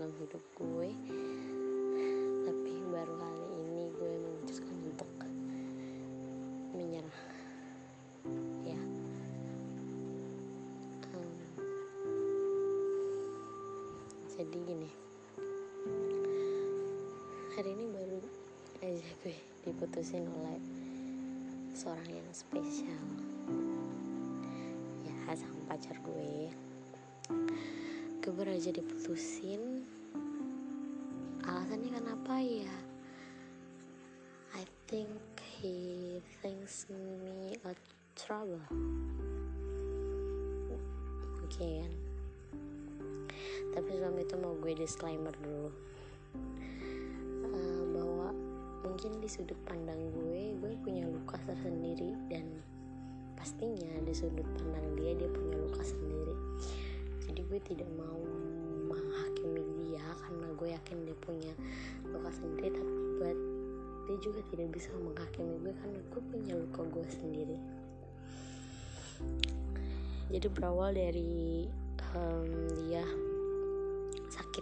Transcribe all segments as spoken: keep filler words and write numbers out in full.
dalam hidup gue, tapi baru kali ini gue memutuskan untuk menyerah. Ya, um, jadi gini, hari ini baru aja gue diputusin oleh seorang yang spesial, ya sang pacar gue. Gue baru aja diputusin. Alasannya kenapa ya? I think he thinks me a trouble. Mungkin. Tapi sebelum itu mau gue disclaimer dulu. Uh, bahwa mungkin di sudut pandang gue, gue punya luka tersendiri, dan pastinya di sudut pandang dia, dia punya luka sendiri. Jadi gue tidak mau menghakimi dia karena gue yakin dia punya luka sendiri, tapi buat dia juga tidak bisa menghakimi gue karena gue punya luka gue sendiri. Jadi berawal dari um, dia sakit.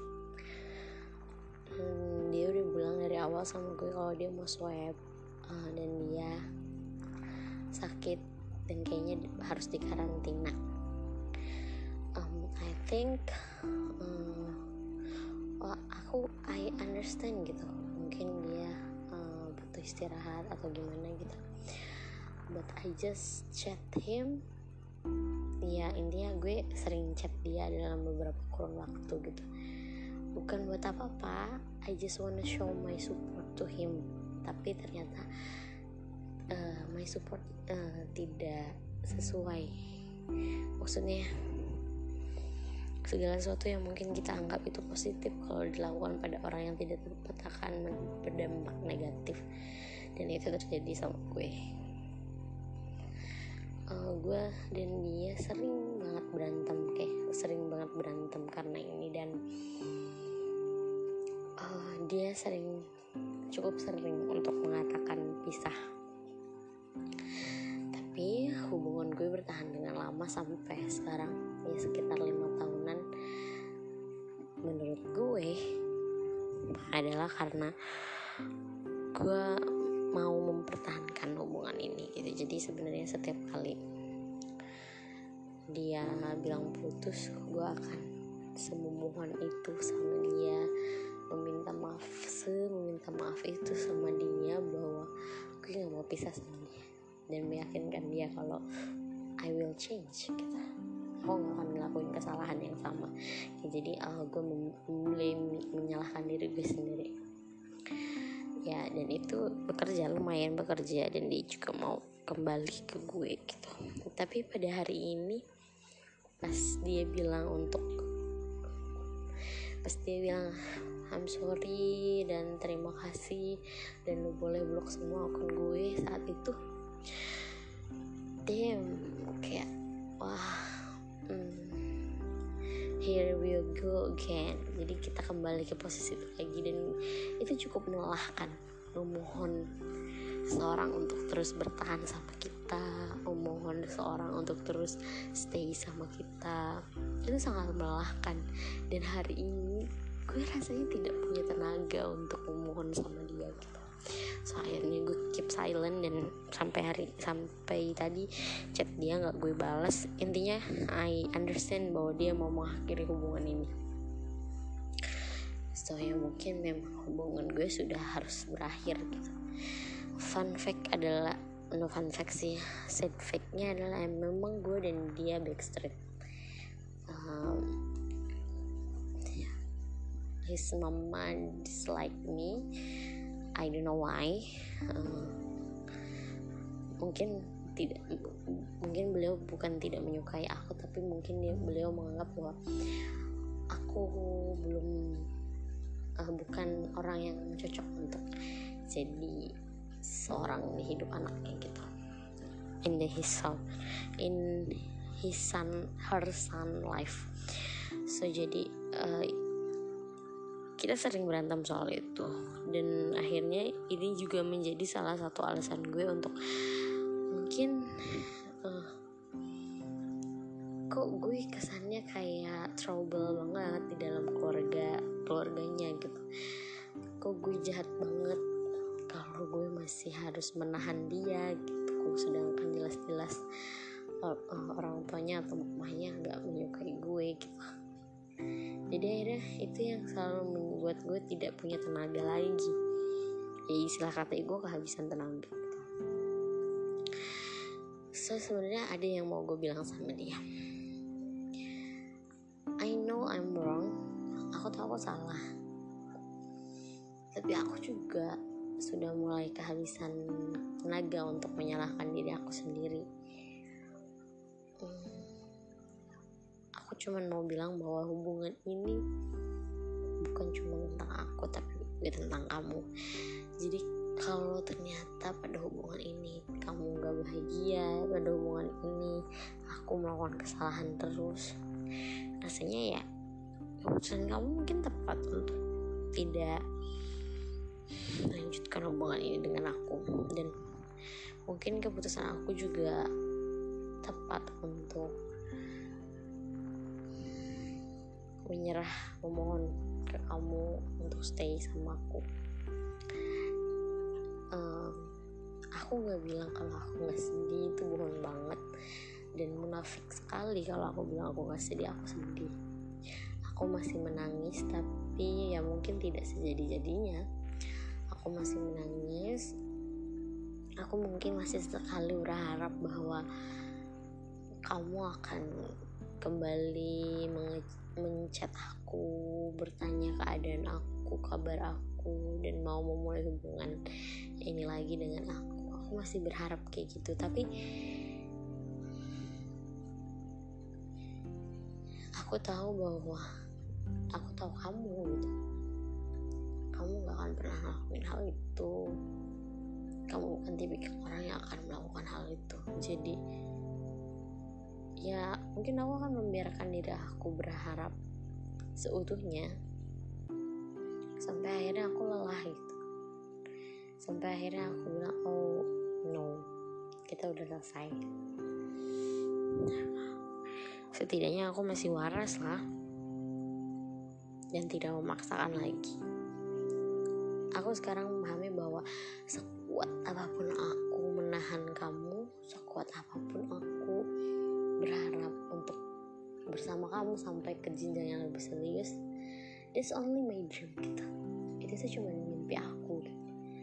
Hmm, dia udah bilang dari awal sama gue kalau dia mau swab, uh, dan dia sakit dan kayaknya harus dikarantina. Um, I think, um, oh, aku I understand gitu. Mungkin dia uh, butuh istirahat atau gimana gitu. But I just chat him. Ya intinya gue sering chat dia dalam beberapa kurun waktu gitu. Bukan buat apa-apa, I just wanna show my support to him. Tapi ternyata uh, my support uh, tidak sesuai. Maksudnya segala sesuatu yang mungkin kita anggap itu positif, kalau dilakukan pada orang yang tidak tepat akan berdampak negatif. Dan itu terjadi sama gue. uh, Gue dan dia sering banget berantem, kayak sering banget berantem karena ini. Dan uh, dia sering, cukup sering untuk mengatakan pisah. Tapi hubungan gue bertahan dengan lama sampai sekarang, ya sekitar lima tahunan. Menurut gue adalah karena gue mau mempertahankan hubungan ini gitu. Jadi sebenarnya setiap kali dia bilang putus, gue akan sememohon itu sama dia, meminta maaf sememinta maaf itu sama dia bahwa gue gak mau pisah sama dia, dan meyakinkan dia kalau I will change gitu. Aku gak akan ngelakuin kesalahan yang sama ya. Jadi uh, gue mulai menyalahkan diri gue sendiri ya, dan itu bekerja, lumayan bekerja, dan dia juga mau kembali ke gue gitu. Tapi pada hari ini pas dia bilang untuk pas dia bilang I'm sorry dan terima kasih dan lu boleh blok semua akun gue, saat itu damn, kayak wah, hmm, here we go again. Jadi kita kembali ke posisi itu lagi, dan itu cukup melelahkan. Memohon seorang untuk terus bertahan sama kita, memohon seorang untuk terus stay sama kita, itu sangat melelahkan. Dan hari ini gue rasanya tidak punya tenaga untuk memohon sama dia gitu. So akhirnya gue keep silent, dan sampai hari sampai tadi chat dia nggak gue balas. Intinya I understand bahwa dia mau mengakhiri hubungan ini. So ya mungkin memang hubungan gue sudah harus berakhir gitu. Fun fact adalah, no fun fact sih, sad fact-nya adalah memang gue dan dia backstreet. Um, his mama dislike me, I don't know why. Uh, mungkin tidak, mungkin beliau bukan tidak menyukai aku, tapi mungkin dia, beliau menganggap bahwa aku belum uh, bukan orang yang cocok untuk jadi seorang di hidup anaknya gitu. In the his son, in his son, her son life. So jadi uh, kita sering berantem soal itu, dan akhirnya ini juga menjadi salah satu alasan gue untuk mungkin uh, kok gue gue kesannya kayak trouble banget di dalam keluarga keluarganya gitu. Kok gue jahat banget kalau gue masih harus menahan dia gitu, sedangkan jelas-jelas orang tuanya atau mamanya gak menyukai gue gitu. Jadi akhirnya itu yang selalu membuat gue tidak punya tenaga lagi, ya istilah kata gue kehabisan tenaga. So sebenarnya ada yang mau gue bilang sama dia. I know I'm wrong, aku tahu aku salah, tapi aku juga sudah mulai kehabisan tenaga untuk menyalahkan diri aku sendiri. hmm, Aku cuma mau bilang bahwa hubungan ini bukan cuma tentang aku, tapi juga tentang kamu. Jadi kalau ternyata pada hubungan ini kamu gak bahagia, pada hubungan ini aku melakukan kesalahan terus, rasanya ya keputusan kamu mungkin tepat untuk tidak melanjutkan hubungan ini dengan aku, dan mungkin keputusan aku juga tepat untuk menyerah, memohon ke kamu untuk stay sama aku. um, aku gak bilang kalau aku gak sedih, itu bohong banget dan munafik sekali kalau aku bilang aku gak sedih. Aku sedih, aku masih menangis, tapi ya mungkin tidak sejadi-jadinya. Aku masih menangis, aku mungkin masih sekali berharap bahwa kamu akan kembali menge- menchat aku, bertanya keadaan aku, kabar aku, dan mau memulai hubungan ini lagi dengan aku. Aku masih berharap kayak gitu, tapi aku tahu bahwa aku tahu kamu gitu, kamu gak akan pernah ngelakuin hal itu. Kamu bukan tipikal orang yang akan melakukan hal itu. Jadi ya mungkin aku akan membiarkan diri aku berharap seutuhnya sampai akhirnya aku lelah gitu, sampai akhirnya aku bilang oh no, kita udah selesai. Setidaknya aku masih waras lah dan tidak memaksakan lagi. Aku sekarang memahami bahwa sekuat apapun aku menahan kamu, sekuat apapun aku berharap untuk bersama kamu sampai ke jenjang yang lebih serius, it's only my dream gitu. Itu tuh cuma mimpi aku gitu.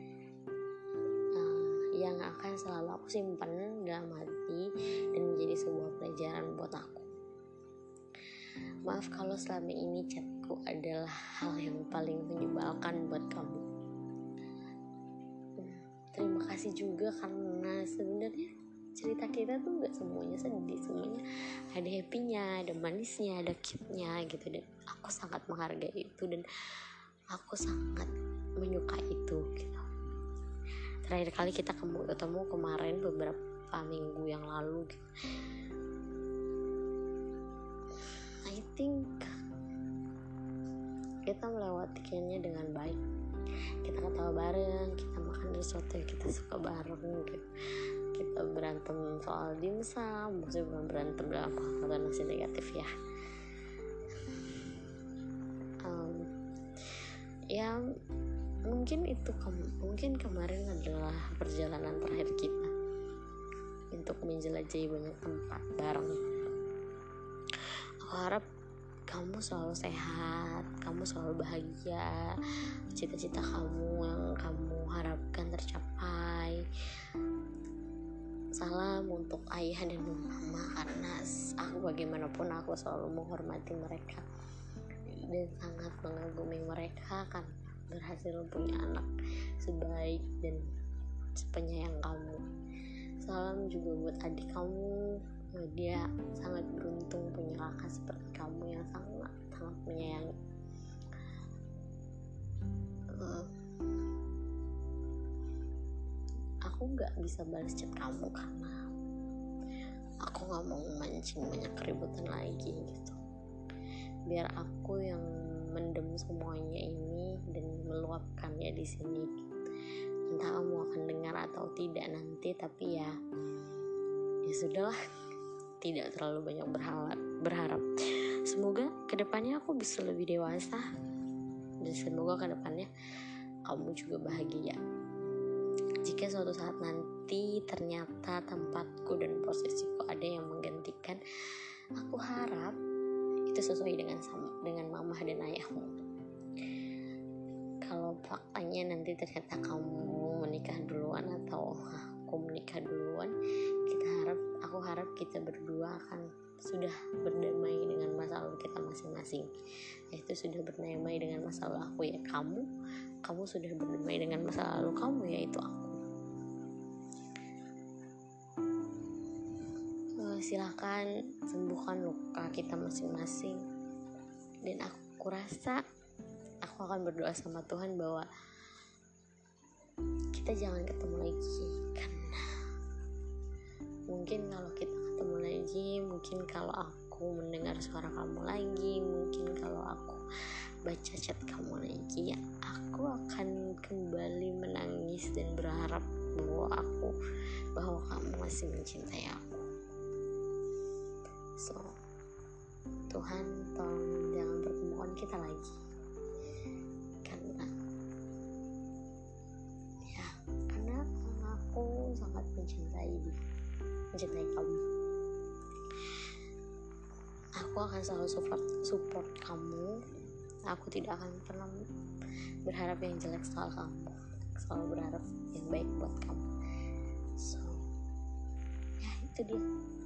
Uh, yang akan selalu aku simpan dalam hati dan menjadi sebuah pelajaran buat aku. Maaf kalau selama ini chatku adalah hal yang paling menyebalkan buat kamu. Terima kasih juga karena sebenarnya cerita kita tuh gak semuanya sedih, semuanya ada happy-nya, ada manisnya, ada cute-nya gitu, dan aku sangat menghargai itu dan aku sangat menyukai itu gitu. Terakhir kali kita ketemu kemarin beberapa minggu yang lalu gitu. I think kita melewatinya dengan baik. Kita ketawa bareng, kita makan sesuatu yang kita suka bareng gitu. Kita berantem soal dimsum, maksudnya bukan berantem dalam konotasi negatif ya. Um, ya mungkin itu ke- mungkin kemarin adalah perjalanan terakhir kita untuk menjelajahi banyak tempat bareng. Aku harap kamu selalu sehat, kamu selalu bahagia, cita-cita kamu yang kamu harapkan tercapai. Salam untuk ayah dan mama, karena aku bagaimanapun aku selalu menghormati mereka dan sangat mengagumi mereka karena berhasil punya anak sebaik dan sepenyayang kamu. Salam juga buat adik kamu, dia sangat beruntung punya kakak seperti kamu yang sangat sangat menyayangi. Uh, aku nggak bisa balas chat kamu karena aku nggak mau memancing banyak keributan lagi gitu. Biar aku yang mendem semuanya ini dan meluapkannya di sini. Entah kamu akan dengar atau tidak nanti, tapi ya ya sudahlah. tidak terlalu banyak berharap. berharap. Semoga kedepannya aku bisa lebih dewasa, dan semoga kedepannya kamu juga bahagia. Jika suatu saat nanti ternyata tempatku dan posisiku ada yang menggantikan, aku harap itu sesuai dengan sama dengan mama dan ayahmu. Kalau faktanya nanti ternyata kamu menikah duluan atau aku menikah duluan, kita harap, aku harap kita berdua akan sudah berdamai dengan masa lalu kita masing-masing. Yaitu sudah berdamai dengan masa lalu aku, ya kamu, kamu sudah berdamai dengan masa lalu kamu, yaitu aku. Silakan sembuhkan luka kita masing-masing, dan aku rasa aku akan berdoa sama Tuhan bahwa kita jangan ketemu lagi, karena mungkin kalau kita ketemu lagi, mungkin kalau aku mendengar suara kamu lagi, mungkin kalau aku baca chat kamu lagi, ya aku akan kembali menangis dan berharap bahwa aku bahwa kamu masih mencintai aku. So, Tuhan tolong jangan pertemukan kita lagi, karena ya karena aku sangat mencintai mencintai kamu. Aku akan selalu support support kamu. Aku tidak akan pernah berharap yang jelek soal kamu, selalu berharap yang baik buat kamu. So, ya itu dia.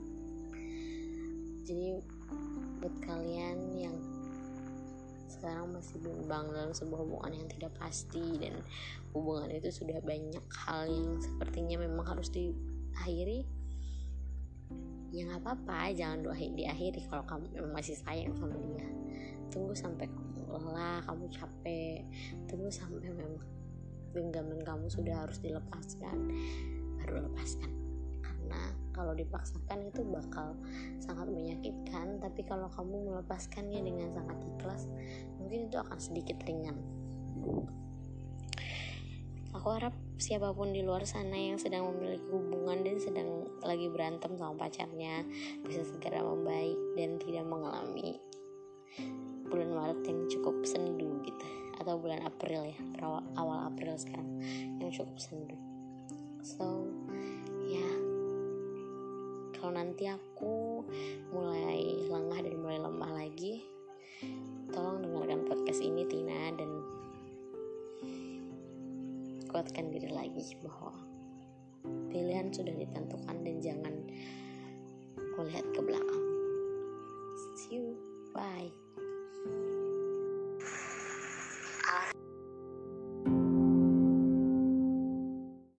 Jadi buat kalian yang sekarang masih bimbang dalam sebuah hubungan yang tidak pasti, dan hubungan itu sudah banyak hal yang sepertinya memang harus diakhiri, ya gak apa-apa, jangan doain diakhiri kalau kamu memang masih sayang sama dia. Tunggu sampai kamu lelah, kamu capek, tunggu sampai memang genggaman kamu sudah harus dilepaskan, baru lepaskan. Karena kalau dipaksakan itu bakal sangat menyakitkan, tapi kalau kamu melepaskannya dengan sangat ikhlas, mungkin itu akan sedikit ringan. Aku harap siapapun di luar sana yang sedang memiliki hubungan dan sedang lagi berantem sama pacarnya bisa segera membaik dan tidak mengalami bulan Maret yang cukup sendu gitu, atau bulan April ya, awal, awal April sekarang yang cukup sendu. So ya, kalau nanti aku mulai lengah dan mulai lemah lagi, tolong dengarkan podcast ini Tina, dan kuatkan diri lagi bahwa pilihan sudah ditentukan dan jangan melihat ke belakang. See you, bye.